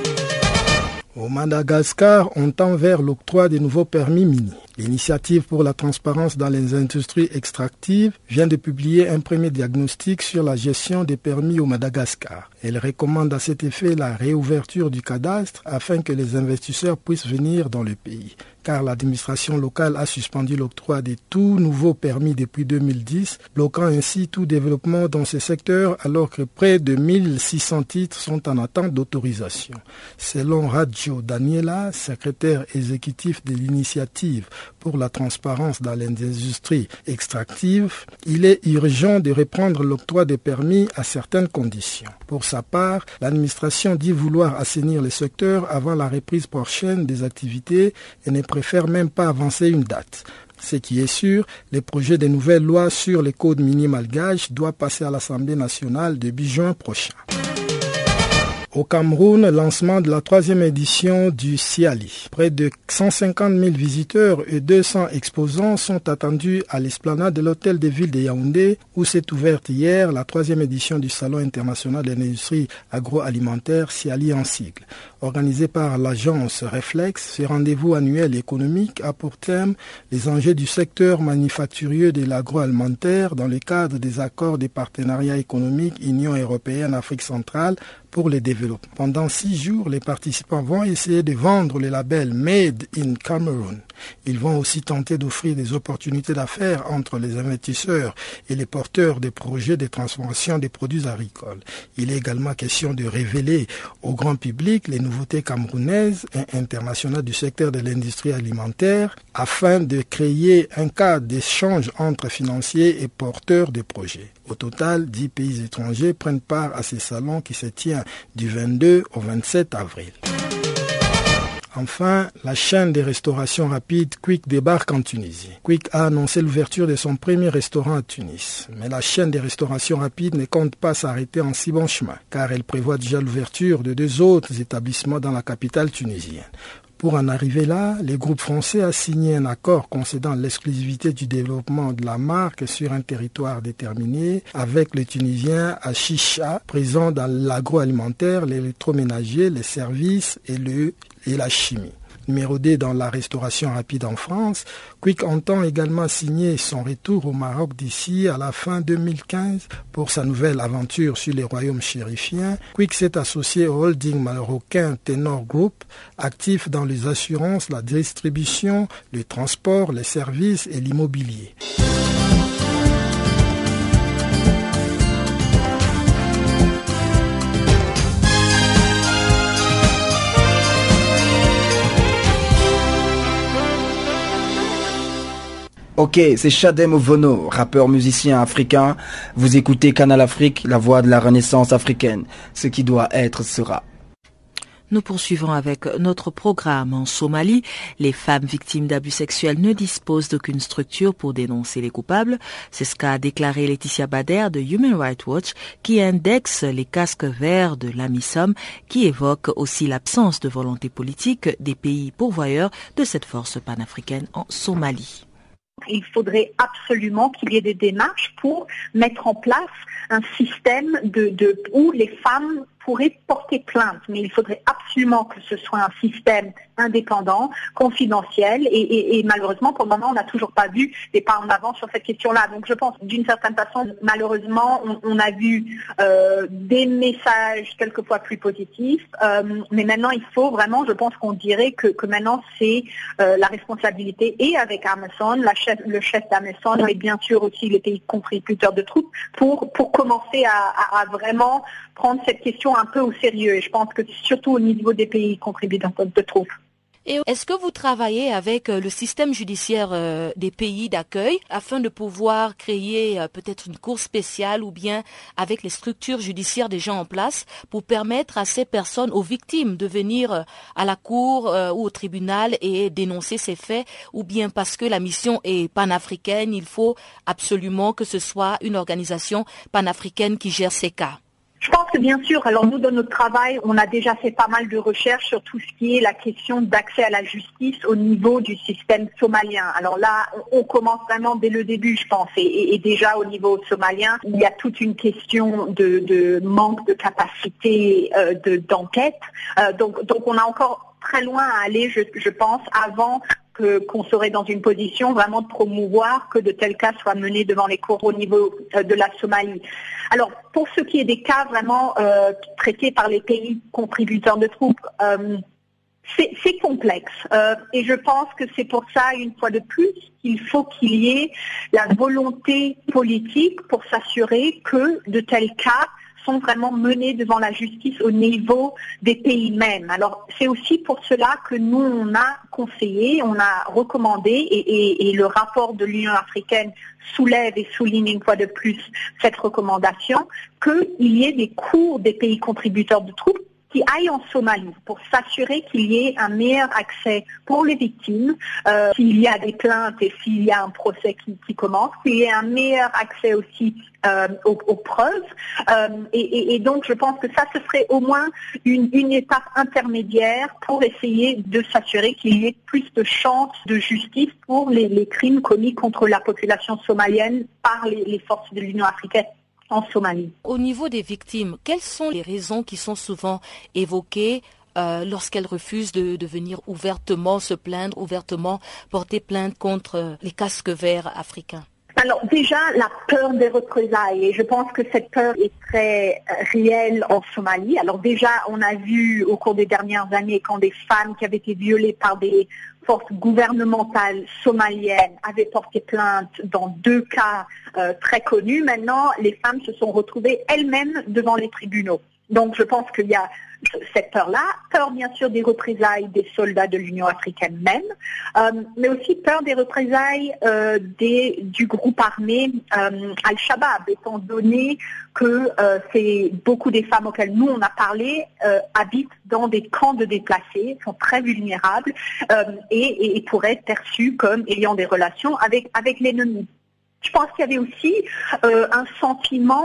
Au Madagascar, on tend vers l'octroi des nouveaux permis miniers. L'initiative pour la transparence dans les industries extractives vient de publier un premier diagnostic sur la gestion des permis au Madagascar. Elle recommande à cet effet la réouverture du cadastre afin que les investisseurs puissent venir dans le pays. Car l'administration locale a suspendu l'octroi des tout nouveaux permis depuis 2010, bloquant ainsi tout développement dans ce secteur alors que près de 1600 titres sont en attente d'autorisation. Selon Radjo Daniela, secrétaire exécutif de l'initiative pour la transparence dans les industries extractives, il est urgent de reprendre l'octroi des permis à certaines conditions. Pour sa part, l'administration dit vouloir assainir le secteur avant la reprise prochaine des activités et ne préfère même pas avancer une date. Ce qui est sûr, le projet de nouvelles lois sur les codes miniers malgaches doit passer à l'Assemblée nationale début juin prochain. Au Cameroun, lancement de la 3e édition du Siali. Près de 150 000 visiteurs et 200 exposants sont attendus à l'esplanade de l'hôtel de ville de Yaoundé, où s'est ouverte hier la 3e édition du Salon international de l'industrie agroalimentaire Siali en sigle. Organisé par l'agence Reflex, ce rendez-vous annuel économique a pour thème les enjeux du secteur manufacturier de l'agroalimentaire dans le cadre des accords de partenariat économique Union européenne-Afrique centrale pour le développement. Pendant 6 jours, les participants vont essayer de vendre le label Made in Cameroon. Ils vont aussi tenter d'offrir des opportunités d'affaires entre les investisseurs et les porteurs des projets de transformation des produits agricoles. Il est également question de révéler au grand public les nouveautés camerounaises et internationales du secteur de l'industrie alimentaire afin de créer un cadre d'échange entre financiers et porteurs de projets. Au total, 10 pays étrangers prennent part à ces salons qui se tient du 22 au 27 avril. Enfin, la chaîne de restauration rapide Quick débarque en Tunisie. Quick a annoncé l'ouverture de son premier restaurant à Tunis. Mais la chaîne de restauration rapide ne compte pas s'arrêter en si bon chemin, car elle prévoit déjà l'ouverture de 2 autres établissements dans la capitale tunisienne. Pour en arriver là, le groupe français a signé un accord concédant l'exclusivité du développement de la marque sur un territoire déterminé avec le Tunisien Achisha, présent dans l'agroalimentaire, l'électroménager, les services et la chimie. Numéro 2 dans la restauration rapide en France, Quick entend également signer son retour au Maroc d'ici à la fin 2015 pour sa nouvelle aventure sur les royaumes chérifiens. Quick s'est associé au holding marocain Tenor Group, actif dans les assurances, la distribution, le transport, les services et l'immobilier. Ok, c'est Chadem Ovono, rappeur musicien africain. Vous écoutez Canal Afrique, la voix de la renaissance africaine. Ce qui doit être sera. Nous poursuivons avec notre programme. En Somalie, les femmes victimes d'abus sexuels ne disposent d'aucune structure pour dénoncer les coupables. C'est ce qu'a déclaré Laetitia Bader de Human Rights Watch, qui indexe les casques verts de l'AMISOM, qui évoque aussi l'absence de volonté politique des pays pourvoyeurs de cette force panafricaine en Somalie. Il faudrait absolument qu'il y ait des démarches pour mettre en place un système où les femmes pourraient porter plainte. Mais il faudrait absolument que ce soit un système indépendant, confidentiel, et malheureusement, pour le moment, on n'a toujours pas vu des pas en avant sur cette question-là. Donc je pense, d'une certaine façon, malheureusement, on a vu des messages quelquefois plus positifs, mais maintenant, il faut vraiment, je pense qu'on dirait que maintenant, c'est la responsabilité, et avec Amazon, le chef d'Amazon, et bien sûr aussi les pays contributeurs de troupes, pour commencer à vraiment prendre cette question un peu au sérieux. Et je pense que surtout au niveau des pays contributeurs de troupes. Et est-ce que vous travaillez avec le système judiciaire des pays d'accueil afin de pouvoir créer peut-être une cour spéciale ou bien avec les structures judiciaires déjà en place pour permettre à ces personnes, aux victimes, de venir à la cour ou au tribunal et dénoncer ces faits, ou bien parce que la mission est panafricaine, il faut absolument que ce soit une organisation panafricaine qui gère ces cas? Je pense que bien sûr, alors nous dans notre travail, on a déjà fait pas mal de recherches sur tout ce qui est la question d'accès à la justice au niveau du système somalien. Alors là, on commence vraiment dès le début, je pense, et déjà au niveau somalien, il y a toute une question de manque de capacité d'enquête. Donc on a encore très loin à aller, je pense, avant qu'on serait dans une position vraiment de promouvoir que de tels cas soient menés devant les cours au niveau de la Somalie. Alors, pour ce qui est des cas vraiment traités par les pays contributeurs de troupes, c'est complexe. Et je pense que c'est pour ça, une fois de plus, qu'il faut qu'il y ait la volonté politique pour s'assurer que de tels cas sont vraiment menés devant la justice au niveau des pays mêmes. Alors, c'est aussi pour cela que nous, on a conseillé, on a recommandé, et le rapport de l'Union africaine soulève et souligne une fois de plus cette recommandation, qu'il y ait des cours des pays contributeurs de troupes qui aillent en Somalie pour s'assurer qu'il y ait un meilleur accès pour les victimes, s'il y a des plaintes et s'il y a un procès qui commence, qu'il y ait un meilleur accès aussi aux preuves. Et donc, je pense que ça, ce serait au moins une étape intermédiaire pour essayer de s'assurer qu'il y ait plus de chances de justice pour les crimes commis contre la population somalienne par les forces de l'Union africaine en Somalie. Au niveau des victimes, quelles sont les raisons qui sont souvent évoquées lorsqu'elles refusent de venir ouvertement se plaindre, ouvertement porter plainte contre les casques verts africains? Alors déjà, la peur des représailles, et je pense que cette peur est très réelle en Somalie. Alors déjà, on a vu au cours des dernières années quand des femmes qui avaient été violées par des forces gouvernementales somaliennes avaient porté plainte dans 2 cas très connus. Maintenant, les femmes se sont retrouvées elles-mêmes devant les tribunaux. Donc je pense qu'il y a cette peur-là, peur bien sûr des représailles des soldats de l'Union africaine même, mais aussi peur des représailles du groupe armé Al-Shabaab, étant donné que c'est beaucoup des femmes auxquelles nous on a parlé habitent dans des camps de déplacés, sont très vulnérables et pourraient être perçues comme ayant des relations avec l'ennemi. Je pense qu'il y avait aussi un sentiment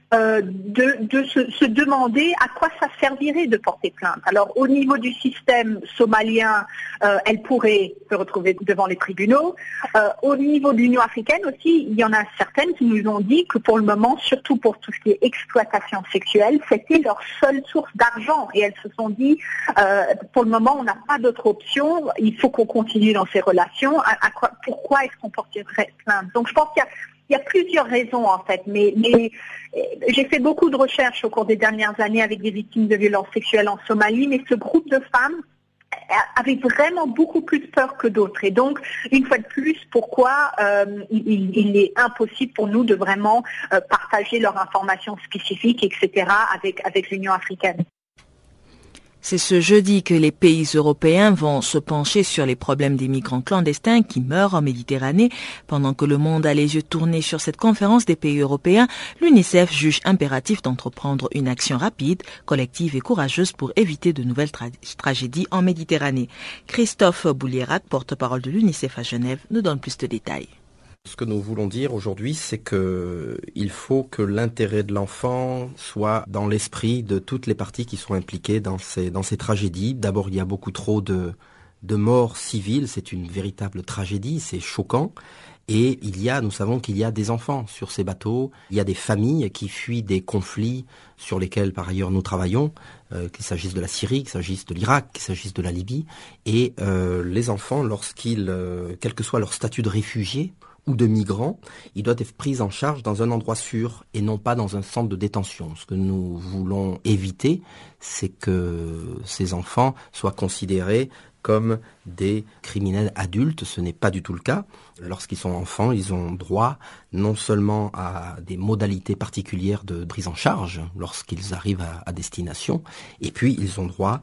de se demander à quoi ça servirait de porter plainte. Alors au niveau du système somalien, elle pourrait se retrouver devant les tribunaux. Au niveau de l'Union africaine aussi, il y en a certaines qui nous ont dit que pour le moment, surtout pour tout ce qui est exploitation sexuelle, c'était leur seule source d'argent. Et elles se sont dit, pour le moment, on n'a pas d'autre option, il faut qu'on continue dans ces relations. Pourquoi est-ce qu'on porterait plainte? Donc je pense qu'il y a plusieurs raisons en fait, mais j'ai fait beaucoup de recherches au cours des dernières années avec des victimes de violences sexuelles en Somalie, mais ce groupe de femmes avait vraiment beaucoup plus peur que d'autres. Et donc, une fois de plus, pourquoi il est impossible pour nous de vraiment partager leurs informations spécifiques, etc., avec l'Union africaine. C'est ce jeudi que les pays européens vont se pencher sur les problèmes des migrants clandestins qui meurent en Méditerranée. Pendant que le monde a les yeux tournés sur cette conférence des pays européens, l'UNICEF juge impératif d'entreprendre une action rapide, collective et courageuse pour éviter de nouvelles tragédies en Méditerranée. Christophe Boulierac, porte-parole de l'UNICEF à Genève, nous donne plus de détails. Ce que nous voulons dire aujourd'hui, c'est qu'il faut que l'intérêt de l'enfant soit dans l'esprit de toutes les parties qui sont impliquées dans ces tragédies. D'abord, il y a beaucoup trop de morts civiles, c'est une véritable tragédie, c'est choquant. Et nous savons qu'il y a des enfants sur ces bateaux, il y a des familles qui fuient des conflits sur lesquels par ailleurs nous travaillons, qu'il s'agisse de la Syrie, qu'il s'agisse de l'Irak, qu'il s'agisse de la Libye. Et les enfants, quel que soit leur statut de réfugié, ou de migrants, ils doivent être pris en charge dans un endroit sûr et non pas dans un centre de détention. Ce que nous voulons éviter, c'est que ces enfants soient considérés comme des criminels adultes. Ce n'est pas du tout le cas. Lorsqu'ils sont enfants, ils ont droit non seulement à des modalités particulières de prise en charge lorsqu'ils arrivent à destination, et puis ils ont droit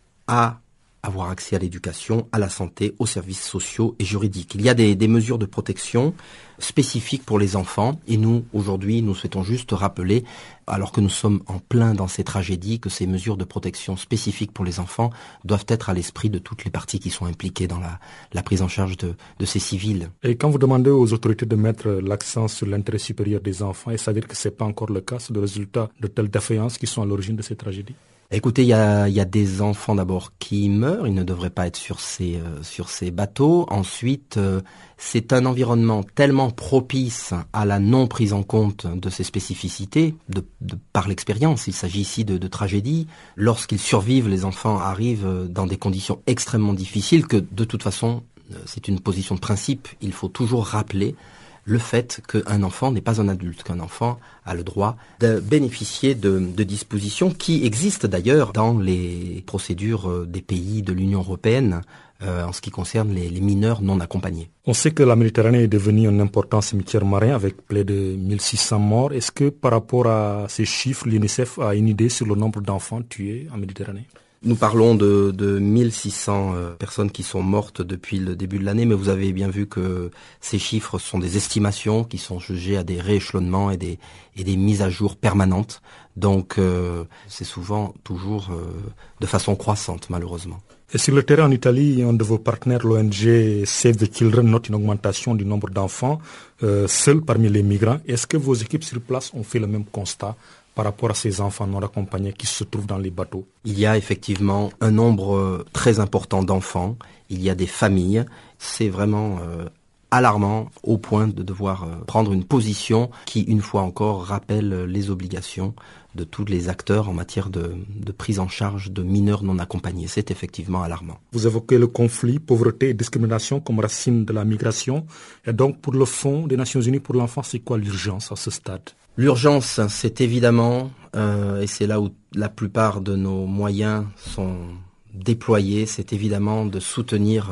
à avoir accès à l'éducation, à la santé, aux services sociaux et juridiques. Il y a des mesures de protection spécifiques pour les enfants et nous, aujourd'hui, nous souhaitons juste rappeler, alors que nous sommes en plein dans ces tragédies, que ces mesures de protection spécifiques pour les enfants doivent être à l'esprit de toutes les parties qui sont impliquées dans la prise en charge de ces civils. Et quand vous demandez aux autorités de mettre l'accent sur l'intérêt supérieur des enfants, est-ce à dire que ce n'est pas encore le cas, c'est le résultat de telles défaillances qui sont à l'origine de ces tragédies? Écoutez, il y a des enfants d'abord qui meurent, ils ne devraient pas être sur ces bateaux. Ensuite, c'est un environnement tellement propice à la non prise en compte de ces spécificités, par l'expérience. Il s'agit ici de tragédies. Lorsqu'ils survivent, les enfants arrivent dans des conditions extrêmement difficiles que, de toute façon, c'est une position de principe. Il faut toujours rappeler le fait qu'un enfant n'est pas un adulte, qu'un enfant a le droit de bénéficier de dispositions qui existent d'ailleurs dans les procédures des pays de l'Union européenne en ce qui concerne les mineurs non accompagnés. On sait que la Méditerranée est devenue un important cimetière marin avec près de 1600 morts. Est-ce que par rapport à ces chiffres, l'UNICEF a une idée sur le nombre d'enfants tués en Méditerranée ? Nous parlons de 1600 personnes qui sont mortes depuis le début de l'année, mais vous avez bien vu que ces chiffres sont des estimations qui sont jugées à des rééchelonnements et des mises à jour permanentes. Donc c'est souvent toujours de façon croissante, malheureusement. Et sur le terrain en Italie, un de vos partenaires, l'ONG Save the Children, note une augmentation du nombre d'enfants seuls parmi les migrants. Est-ce que vos équipes sur place ont fait le même constat par rapport à ces enfants non accompagnés qui se trouvent dans les bateaux? Il y a effectivement un nombre très important d'enfants, il y a des familles, c'est vraiment alarmant au point de devoir prendre une position qui, une fois encore, rappelle les obligations de tous les acteurs en matière de prise en charge de mineurs non accompagnés. C'est effectivement alarmant. Vous évoquez le conflit, pauvreté et discrimination comme racine de la migration. Et donc, pour le Fonds des Nations Unies pour l'enfant, c'est quoi l'urgence à ce stade? L'urgence, c'est évidemment, et c'est là où la plupart de nos moyens sont déployés, c'est évidemment de soutenir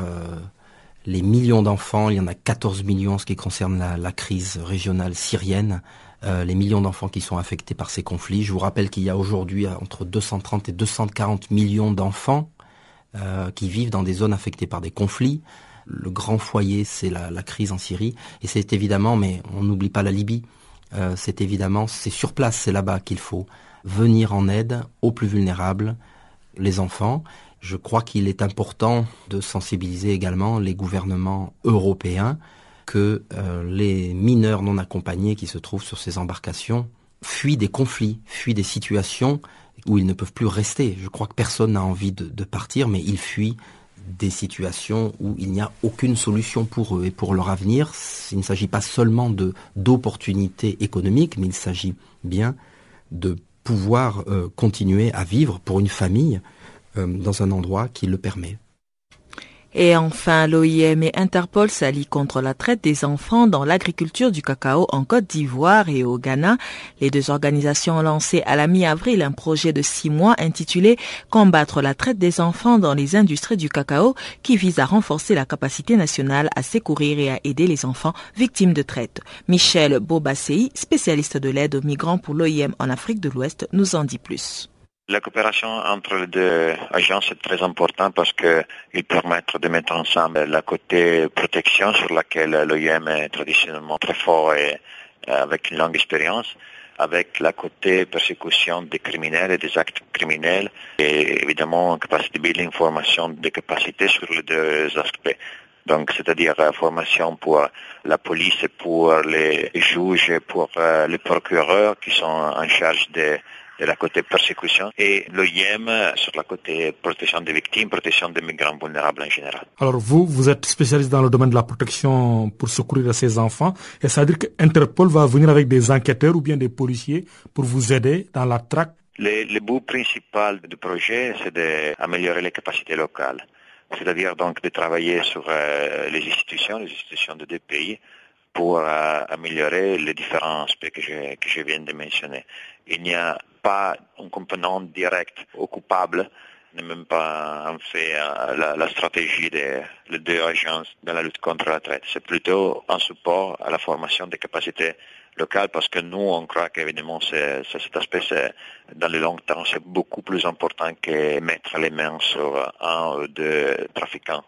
les millions d'enfants. Il y en a 14 millions en ce qui concerne la crise régionale syrienne, les millions d'enfants qui sont affectés par ces conflits. Je vous rappelle qu'il y a aujourd'hui entre 230 et 240 millions d'enfants qui vivent dans des zones affectées par des conflits. Le grand foyer, c'est la crise en Syrie. Et c'est évidemment, mais on n'oublie pas la Libye, c'est sur place, c'est là-bas qu'il faut venir en aide aux plus vulnérables, les enfants. Je crois qu'il est important de sensibiliser également les gouvernements européens que les mineurs non accompagnés qui se trouvent sur ces embarcations fuient des conflits, fuient des situations où ils ne peuvent plus rester. Je crois que personne n'a envie de partir, mais ils fuient des situations où il n'y a aucune solution pour eux et pour leur avenir. Il ne s'agit pas seulement d'opportunités économiques, mais il s'agit bien de pouvoir continuer à vivre pour une famille dans un endroit qui le permet. Et enfin, l'OIM et Interpol s'allient contre la traite des enfants dans l'agriculture du cacao en Côte d'Ivoire et au Ghana. Les deux organisations ont lancé à la mi-avril un projet de 6 mois intitulé « Combattre la traite des enfants dans les industries du cacao » qui vise à renforcer la capacité nationale à secourir et à aider les enfants victimes de traite. Michel Bobasei, spécialiste de l'aide aux migrants pour l'OIM en Afrique de l'Ouest, nous en dit plus. La coopération entre les deux agences est très importante parce qu'ils permettent de mettre ensemble la côté protection sur laquelle l'OIM est traditionnellement très fort et avec une longue expérience, avec la côté persécution des criminels et des actes criminels et évidemment capacité building, formation des capacités sur les deux aspects. Donc, c'est-à-dire formation pour la police et pour les juges, pour les procureurs qui sont en charge de la côté persécution et l'OIM sur la côté protection des victimes, protection des migrants vulnérables en général. Alors vous êtes spécialiste dans le domaine de la protection pour secourir ces enfants. Et ça veut dire qu'Interpol va venir avec des enquêteurs ou bien des policiers pour vous aider dans la traque? Le but principal du projet, c'est d'améliorer les capacités locales. C'est-à-dire donc de travailler sur les institutions de deux pays pour améliorer les différents aspects que je viens de mentionner. Il n'y a pas un component direct au coupable, n'est même pas en fait la stratégie des deux agences dans la lutte contre la traite. C'est plutôt un support à la formation des capacités locales parce que nous, on croit qu'évidemment cet aspect, dans le long terme, c'est beaucoup plus important que mettre les mains sur un ou deux trafiquants.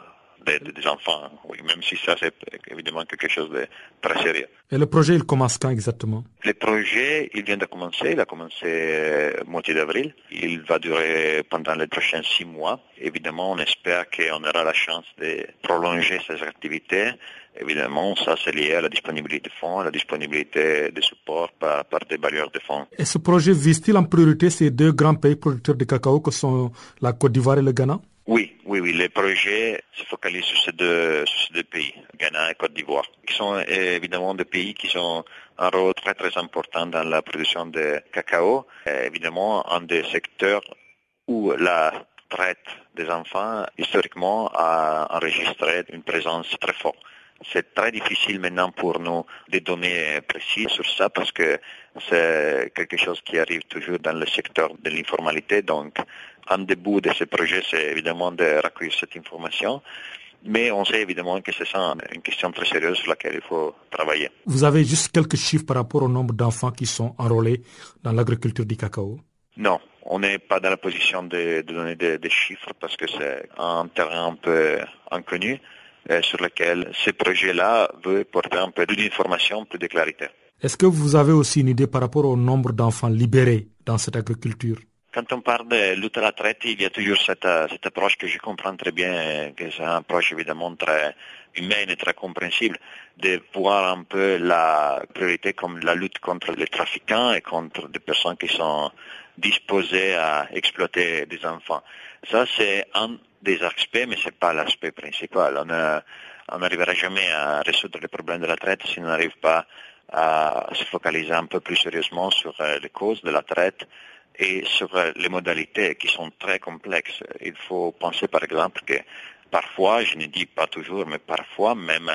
Des enfants, oui, même si ça c'est évidemment quelque chose de très sérieux. Et le projet, il commence quand exactement? Le projet, il vient de commencer, il a commencé moitié d'avril. Il va durer pendant les prochains 6 mois. Évidemment, on espère qu'on aura la chance de prolonger ces activités. Évidemment, ça c'est lié à la disponibilité de fonds, à la disponibilité de support par des bailleurs de fonds. Et ce projet vise-t-il en priorité ces deux grands pays producteurs de cacao que sont la Côte d'Ivoire et le Ghana? Oui. Les projets se focalisent sur ces deux pays, Ghana et Côte d'Ivoire, qui sont évidemment des pays qui ont un rôle très très important dans la production de cacao. Évidemment, un des secteurs où la traite des enfants, historiquement, a enregistré une présence très forte. C'est très difficile maintenant pour nous de donner précis sur ça parce que c'est quelque chose qui arrive toujours dans le secteur de l'informalité. Donc, un des bouts de ce projet, c'est évidemment de recueillir cette information. Mais on sait évidemment que c'est ça une question très sérieuse sur laquelle il faut travailler. Vous avez juste quelques chiffres par rapport au nombre d'enfants qui sont enrôlés dans l'agriculture du cacao? Non, on n'est pas dans la position de donner des chiffres parce que c'est un terrain un peu inconnu. Sur lequel ce projet-là veut porter un peu plus d'informations, plus de clarité. Est-ce que vous avez aussi une idée par rapport au nombre d'enfants libérés dans cette agriculture? Quand on parle de lutte à la traite, il y a toujours cette approche que je comprends très bien, que c'est une approche évidemment très humaine et très compréhensible, de voir un peu la priorité comme la lutte contre les trafiquants et contre des personnes qui sont disposées à exploiter des enfants. Ça, c'est un des aspects, mais c'est pas l'aspect principal. On n'arrivera jamais à résoudre le problème de la traite si on n'arrive pas à se focaliser un peu plus sérieusement sur les causes de la traite et sur les modalités qui sont très complexes. Il faut penser par exemple que parfois, je ne dis pas toujours, mais parfois même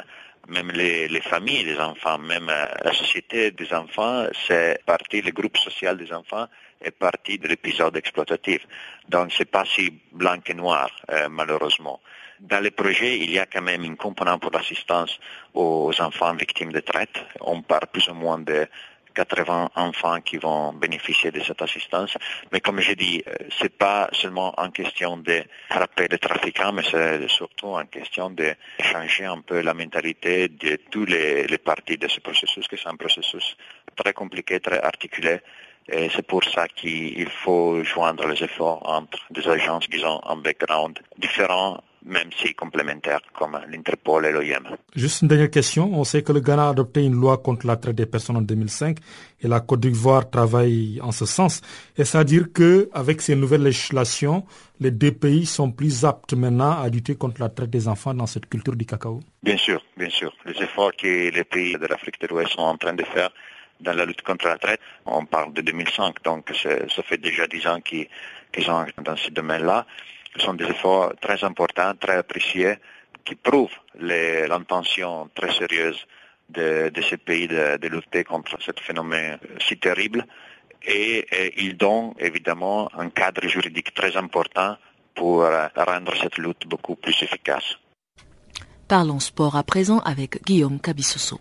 les familles des enfants, même la société des enfants, c'est partie, le groupe social des enfants est partie de l'épisode exploitatif. Donc c'est pas si blanc et noir, malheureusement. Dans le projet, il y a quand même une composante pour l'assistance aux enfants victimes de traite. On parle plus ou moins de 80 enfants qui vont bénéficier de cette assistance. Mais comme j'ai dit, c'est pas seulement en question de frapper les trafiquants, mais c'est surtout en question de changer un peu la mentalité de tous les parties de ce processus, que c'est un processus très compliqué, très articulé. Et c'est pour ça qu'il faut joindre les efforts entre des agences qui ont un background différent même si complémentaires comme l'Interpol et l'OIM. Juste une dernière question. On sait que le Ghana a adopté une loi contre la traite des personnes en 2005 et la Côte d'Ivoire travaille en ce sens. Est-ce à dire qu'avec ces nouvelles législations, les deux pays sont plus aptes maintenant à lutter contre la traite des enfants dans cette culture du cacao? Bien sûr. Les efforts que les pays de l'Afrique de l'Ouest sont en train de faire dans la lutte contre la traite, on parle de 2005, donc ça fait déjà 10 ans qu'ils sont dans ce domaine-là. Ce sont des efforts très importants, très appréciés, qui prouvent l'intention très sérieuse de ces pays de lutter contre ce phénomène si terrible. Et ils donnent évidemment un cadre juridique très important pour rendre cette lutte beaucoup plus efficace. Parlons sport à présent avec Guillaume Kabissoso.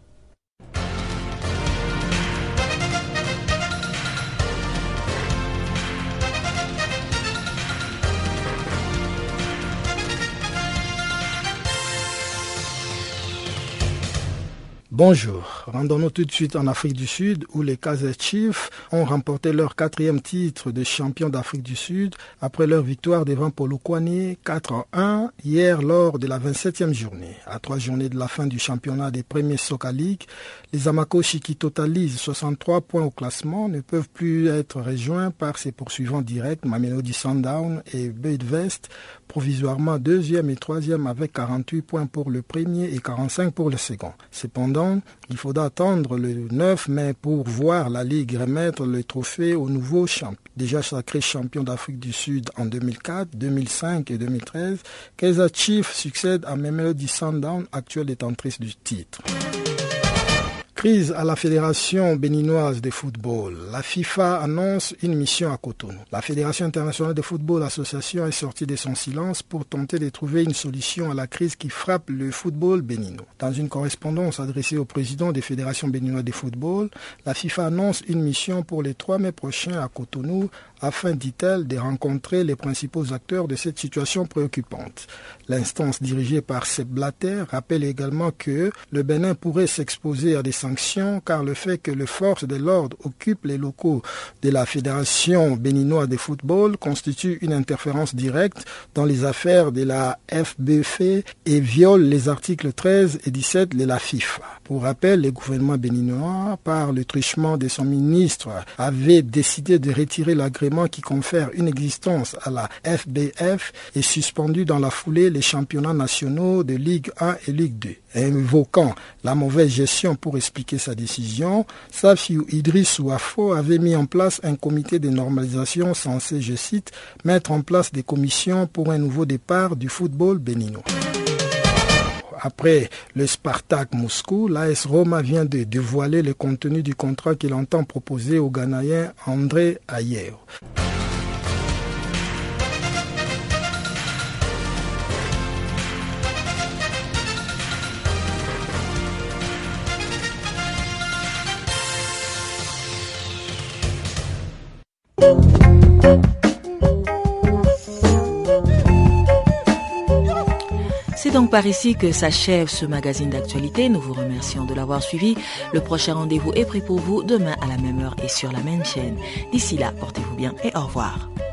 Bonjour, rendons-nous tout de suite en Afrique du Sud où les Kaizer Chiefs ont remporté leur 4e titre de champion d'Afrique du Sud après leur victoire devant Polokwane 4-1 hier lors de la 27e journée. À 3 journées de la fin du championnat des premiers Soca League, les Amakoshi qui totalisent 63 points au classement ne peuvent plus être rejoints par ses poursuivants directs Mamelodi Sundowns et Bidvest, provisoirement 2e et 3e avec 48 points pour le premier et 45 pour le second. Cependant, il faudra attendre le 9 mai pour voir la Ligue remettre le trophée au nouveau champion. Déjà sacré champion d'Afrique du Sud en 2004, 2005 et 2013, Kaizer Chiefs succède à Mamelodi Sundowns, actuelle détentrice du titre. Crise à la Fédération béninoise de football. La FIFA annonce une mission à Cotonou. La Fédération internationale de football association est sortie de son silence pour tenter de trouver une solution à la crise qui frappe le football béninois. Dans une correspondance adressée au président des fédérations béninoises de football, la FIFA annonce une mission pour les 3 mai prochains à Cotonou afin, dit-elle, de rencontrer les principaux acteurs de cette situation préoccupante. L'instance dirigée par Sepp Blatter rappelle également que le Bénin pourrait s'exposer à des sanctions car le fait que les forces de l'ordre occupent les locaux de la Fédération béninoise de football constitue une interférence directe dans les affaires de la FBF et viole les articles 13 et 17 de la FIFA. Pour rappel, le gouvernement béninois, par le truchement de son ministre, avait décidé de retirer l'agrément qui confère une existence à la FBF et suspendu dans la foulée les championnats nationaux de Ligue 1 et Ligue 2. Invoquant la mauvaise gestion pour expliquer sa décision, Safiou Idriss Ouafo avait mis en place un comité de normalisation censé, je cite, mettre en place des commissions pour un nouveau départ du football béninois. Après le Spartak Moscou, l'AS Roma vient de dévoiler le contenu du contrat qu'il entend proposer au Ghanéen André Ayew. C'est donc par ici que s'achève ce magazine d'actualité. Nous vous remercions de l'avoir suivi. Le prochain rendez-vous est pris pour vous demain à la même heure et sur la même chaîne. D'ici là, portez-vous bien et au revoir.